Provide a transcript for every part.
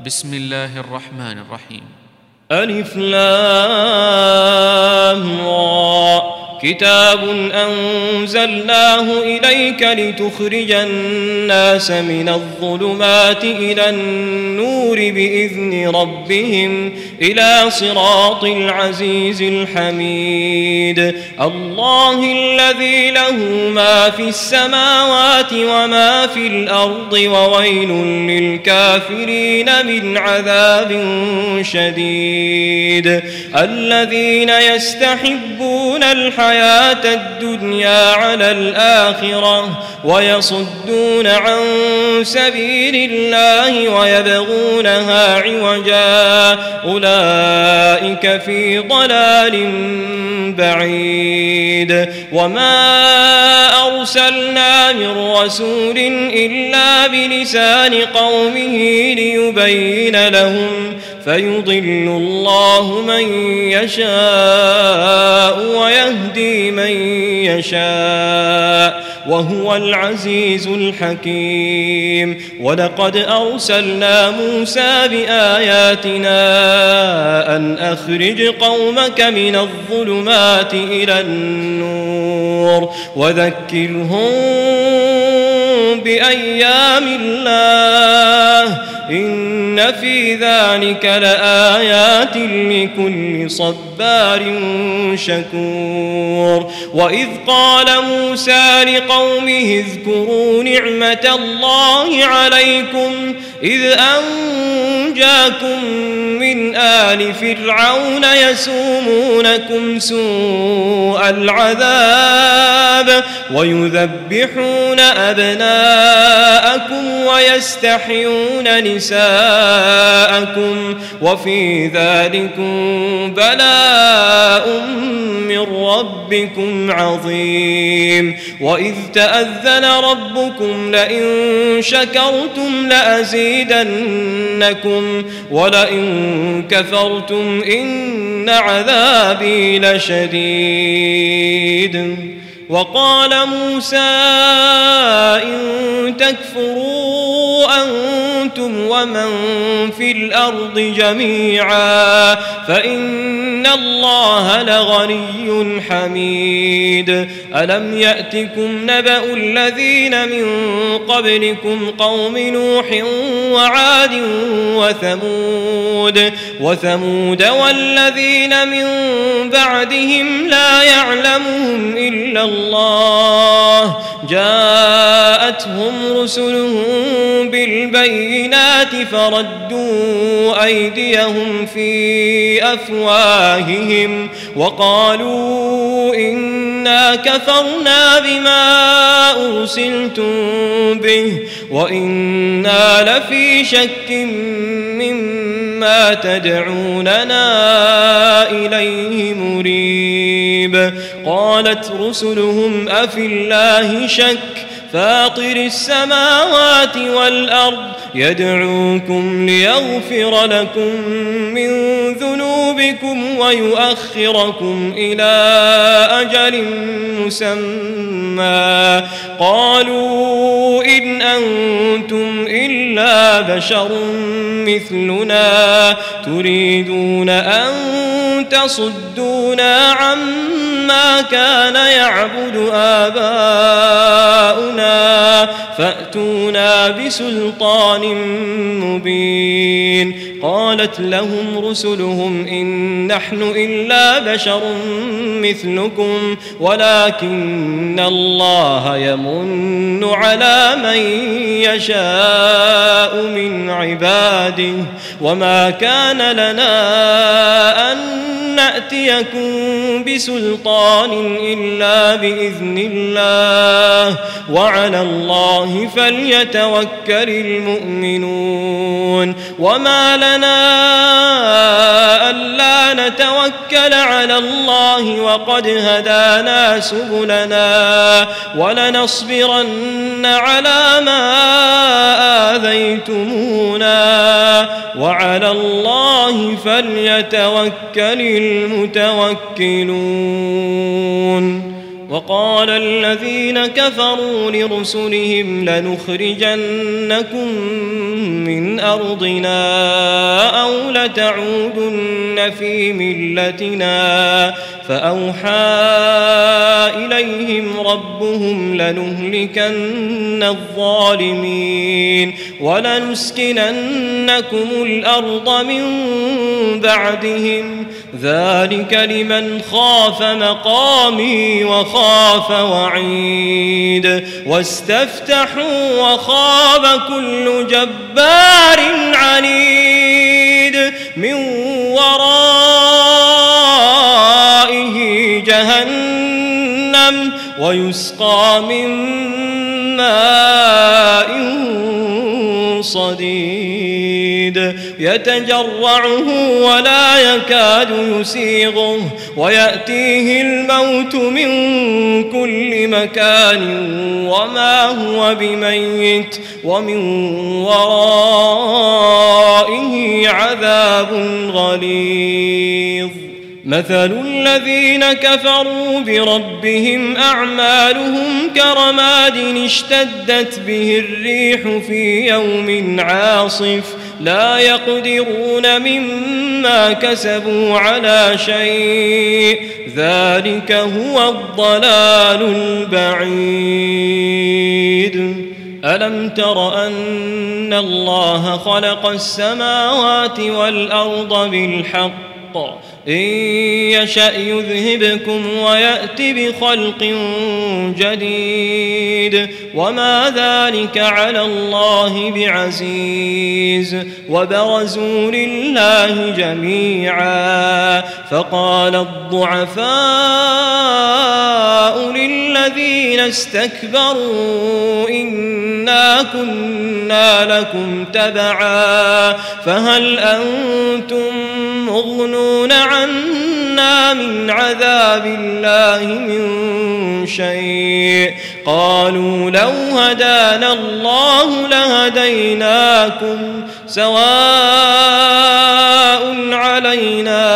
بسم الله الرحمن الرحيم. ألف لام را كتاب أنزلناه إليك لتخرج الناس من الظلمات إلى النور بإذن ربهم إلى صراط العزيز الحميد الله الذي له ما في السماوات وما في الأرض وويل للكافرين من عذاب شديد الذين يستحبون الحياة الدنيا على الآخرة ويصدون عن سبيل الله ويبغونها عوجا أولئك في ضلال بعيد وما أرسلنا من رسول إلا بلسان قومه ليبين لهم فيضل الله من يشاء ويهدي من يشاء وهو العزيز الحكيم ولقد أرسلنا موسى بآياتنا أن أخرج قومك من الظلمات إلى النور وذكرهم بأيام الله إن في ذلك لآيات لكل صبار شكور وإذ قال موسى لقومه اذكروا نعمة الله عليكم إذ أنجاكم من آل فرعون يسومونكم سوء العذاب ويذبحون أبناءكم ويستحيون نساءكم وفي ذلكم بلاء من ربكم عظيم وإذ تأذن ربكم لئن شكرتم لأزيدنكم ولئن كفرتم إن عذابي لشديد وقال موسى إن تكفروا أنتم ومن في الأرض جميعا فإن الله لغني حميد ألم يأتكم نبأ الذين من قبلكم قوم نوح وعاد وثمود والذين من بعدهم لا يعلمهم إلا الله جاءتهم رسلهم بالبينات فردوا أيديهم في أفواههم وقالوا إنا كفرنا بما أرسلتم به وإنا لفي شك مما تدعوننا إليه مريب قالت رسلهم أفي الله شك فاطر السماوات والأرض يدعوكم ليغفر لكم من ذنوبكم ويؤخركم إلى أجل مسمى قالوا إن أنتم إلا بشر مثلنا تريدون أن تصدونا عما كان يعبد آباؤنا فأتونا بسلطان مبين قالت لهم رسلهم إن نحن إلا بشر مثلكم ولكن الله يمن على من يشاء من عباده وما كان لنا أن نأتيكم بسلطان إلا بإذن الله وعلى الله فليتوكل المؤمنون وما لنا ألا نتوكل على الله وقد هدانا سبلنا ولنصبرن على ما آذيتمونا وعلى الله فليتوكل المتوكلون وقال الذين كفروا لرسلهم لنخرجنكم من أرضنا أو لتعودن في ملتنا فأوحى إليهم ربهم لنهلكن الظالمين ولنسكننكم الأرض من بعدهم ذلك لمن خاف مقامي وخاف وعيد واستفتحوا وخاب كل جبار عنيد من ورائه جهنم ويسقى من ماء صديد يتجرعه ولا يكاد يسيغه ويأتيه الموت من كل مكان وما هو بميت ومن ورائه عذاب غليظ مثل الذين كفروا بربهم أعمالهم كرماد اشتدت به الريح في يوم عاصف لا يقدرون مما كسبوا على شيء ذلك هو الضلال البعيد ألم تر أن الله خلق السماوات والأرض بالحق إن يشأ يذهبكم ويأت بخلق جديد وما ذلك على الله بعزيز وبرزوا لله جميعا فقال الضعفاء للذين استكبروا إنا كنا لكم تبعا فهل أنتم مغنون عنا من عذاب الله من شيء قالوا لو هدانا الله لهديناكم سواء علينا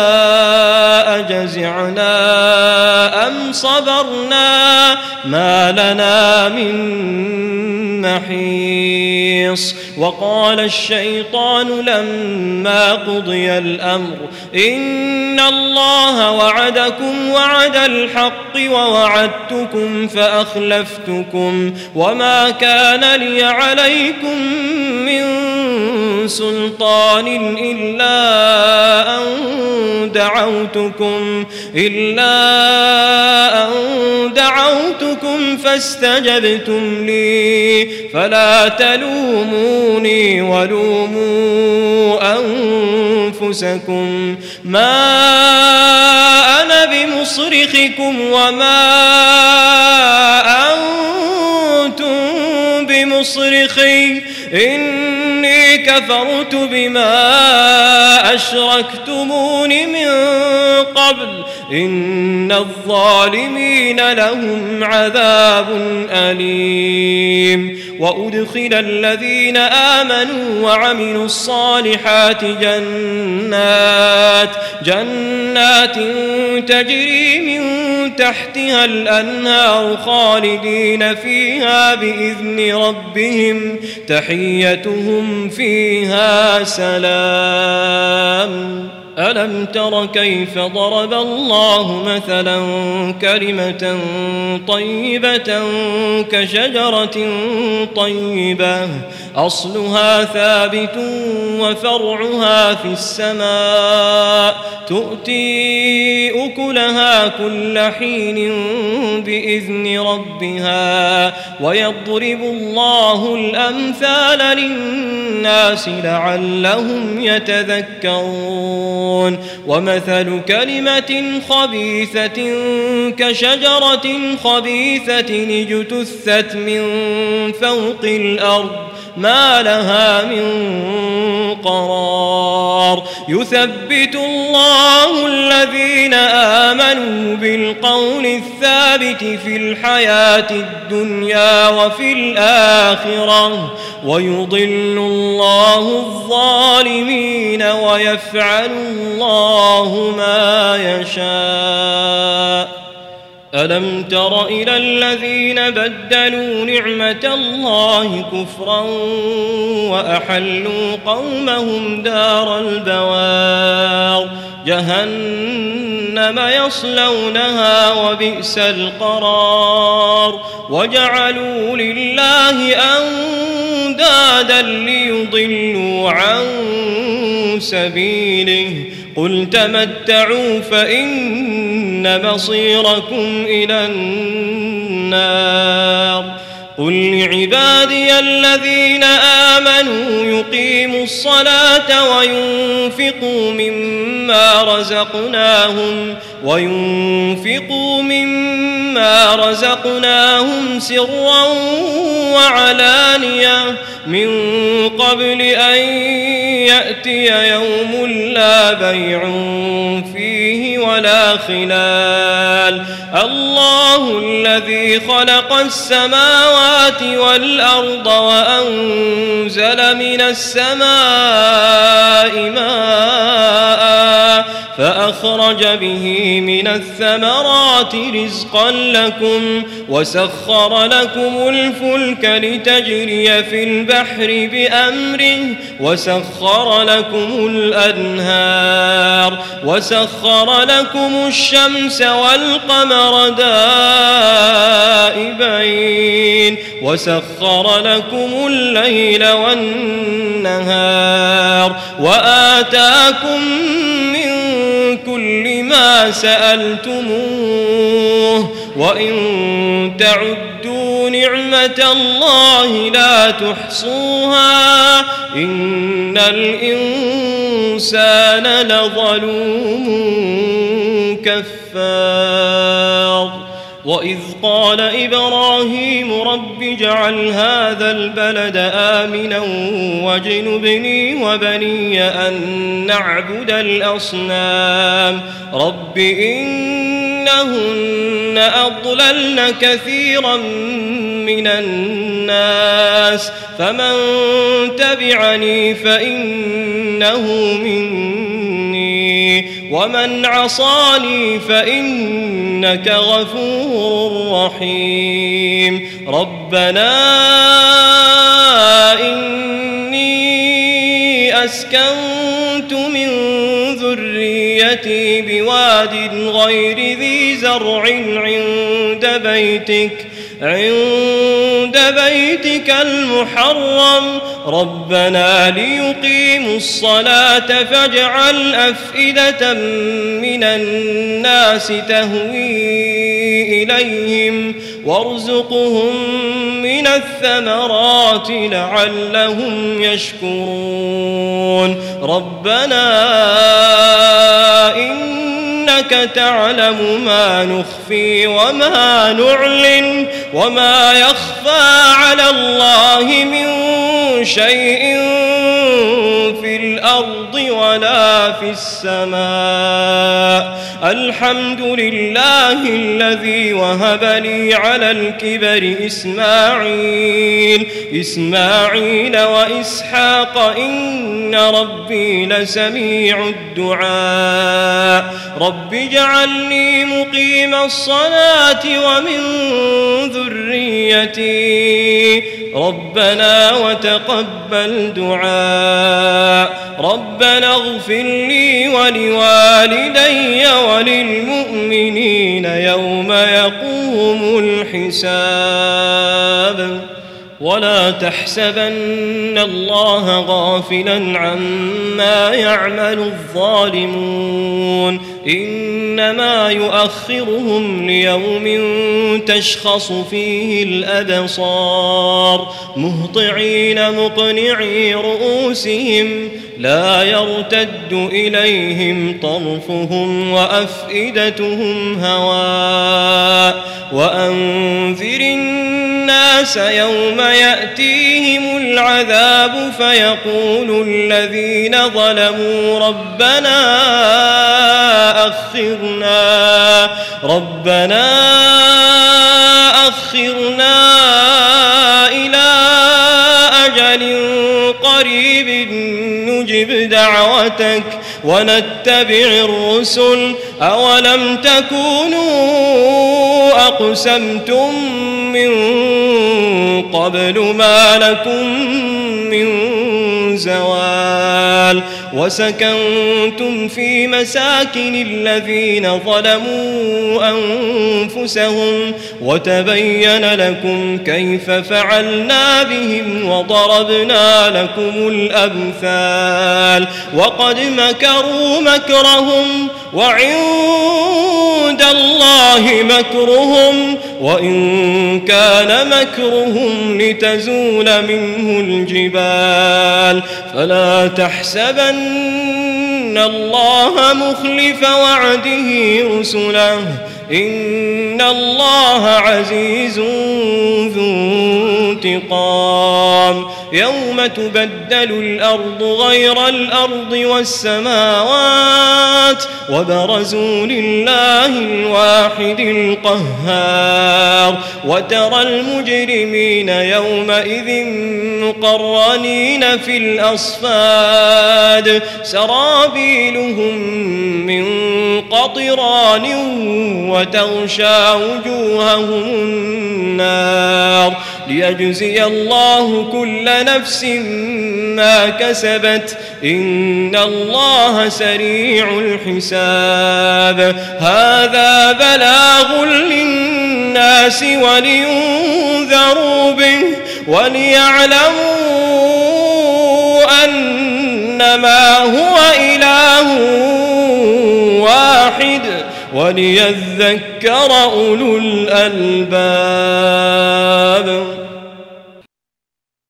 أجزعنا أم صبرنا ما لنا من محيص وقال الشيطان لما قضي الأمر إن الله وعدكم وعد الحق ووعدتكم فأخلفتكم وما كان لي عليكم من سلطان إلا أن دعوتكم فاستجبتم لي فلا تلوموني ولوموا أنفسكم ما أنا بمصرخكم وما أنتم بمصرخي إني كفرت بما أشركتمون من قبل إن الظالمين لهم عذاب أليم وأدخل الذين آمنوا وعملوا الصالحات جنات تجري من تحتها الأنهار خالدين فيها بإذن ربهم تحيتهم فيها سلام ألم تر كيف ضرب الله مثلا كلمة طيبة كشجرة طيبة أصلها ثابت وفرعها في السماء تؤتي أكلها كل حين بإذن ربها ويضرب الله الأمثال للناس لعلهم يتذكرون ومثل كلمة خبيثة كشجرة خبيثة اجتثت من فوق الأرض ما لها من قرار يثبت الله الذين آمنوا بالقول الثابت في الحياة الدنيا وفي الآخرة ويضل الله الظالمين ويفعل الله ما يشاء ألم تر إلى الذين بدلوا نعمة الله كفرا وأحلوا قومهم دار البوار جهنم يصلونها وبئس القرار وجعلوا لله أندادا ليضلوا عن سبيله قل تمتعوا فإن مصيركم إلى النار قل لعبادي الذين آمنوا يقيموا الصلاة وينفقوا مما رزقناهم سرا وعلانية من قبل أن يأتي يوم لا بيع فيه ولا خلال الله الذي خلق السماوات والأرض وأنزل من السماء ماء فأخرج به من الثمرات رزقا لكم وسخر لكم الفلك لتجري في البحر بأمره وسخر لكم الأنهار وسخر لكم الشمس والقمر دائبين وسخر لكم الليل والنهار وآتاكم من كل ما سألتموه وإن تعدوا نعمة الله لا تحصوها إن الإنسان لظلوم كفار وإذ قال إبراهيم رب اجعل هذا البلد آمنا واجنبني وبني أن نعبد الأصنام رب إنهن أضللن كثيرا من الناس فمن تبعني فإنه مني ومن عصاني فإنك غفور رحيم ربنا إني أسكنت من ذريتي بواد غير ذي زرع عند بيتك المحرم ربنا ليقيموا الصلاة فاجعل أفئدة من الناس تهوي إليهم وارزقهم من الثمرات لعلهم يشكرون ربنا إنك تعلم ما نخفي وما نعلن وما يخفى على الله من شيء في الأرض ولا في السماء الحمد لله الذي وهب لي على الكبر إسماعيل وإسحاق إن ربي لسميع الدعاء رب اجعلني مقيم الصلاة ومن ذريتي ربنا وتقبل دعاء ربنا اغفر لي ولوالدي وللمؤمنين يوم يقوم الحساب ولا تحسبن الله غافلا عما يعمل الظالمون إنما يؤخرهم ليوم تشخص فيه الأبصار مهطعين مقنعي رؤوسهم لا يرتد إليهم طرفهم وأفئدتهم هواء وأنذر الناس يوم يأتيهم العذاب فيقول الذين ظلموا ربنا أخرنا إلى أجل قريب نجب دعوتك ونتبع الرسل أولم تكونوا أقسمتم من قبل ما لكم من زوال وسكنتم في مساكن الذين ظلموا أنفسهم وتبين لكم كيف فعلنا بهم وضربنا لكم الأمثال وقد مكروا مكرهم وعند الله مكرهم وإن كان مكرهم لتزول منه الجبال فلا تحسبن الله مخلف وعده رسله إن الله عزيز ذو انتقام يوم تبدل الأرض غير الأرض والسماوات وبرزوا لله الواحد القهار وترى المجرمين يومئذ مقرنين في الأصفاد سرابيلهم من قطران وتغشى وجوههم النار ليجزي الله كل نفس ما كسبت إن الله سريع الحساب هذا بلاغ للناس ولينذروا به وليعلموا أنما هو إله واحد وليذكر أولو الألباب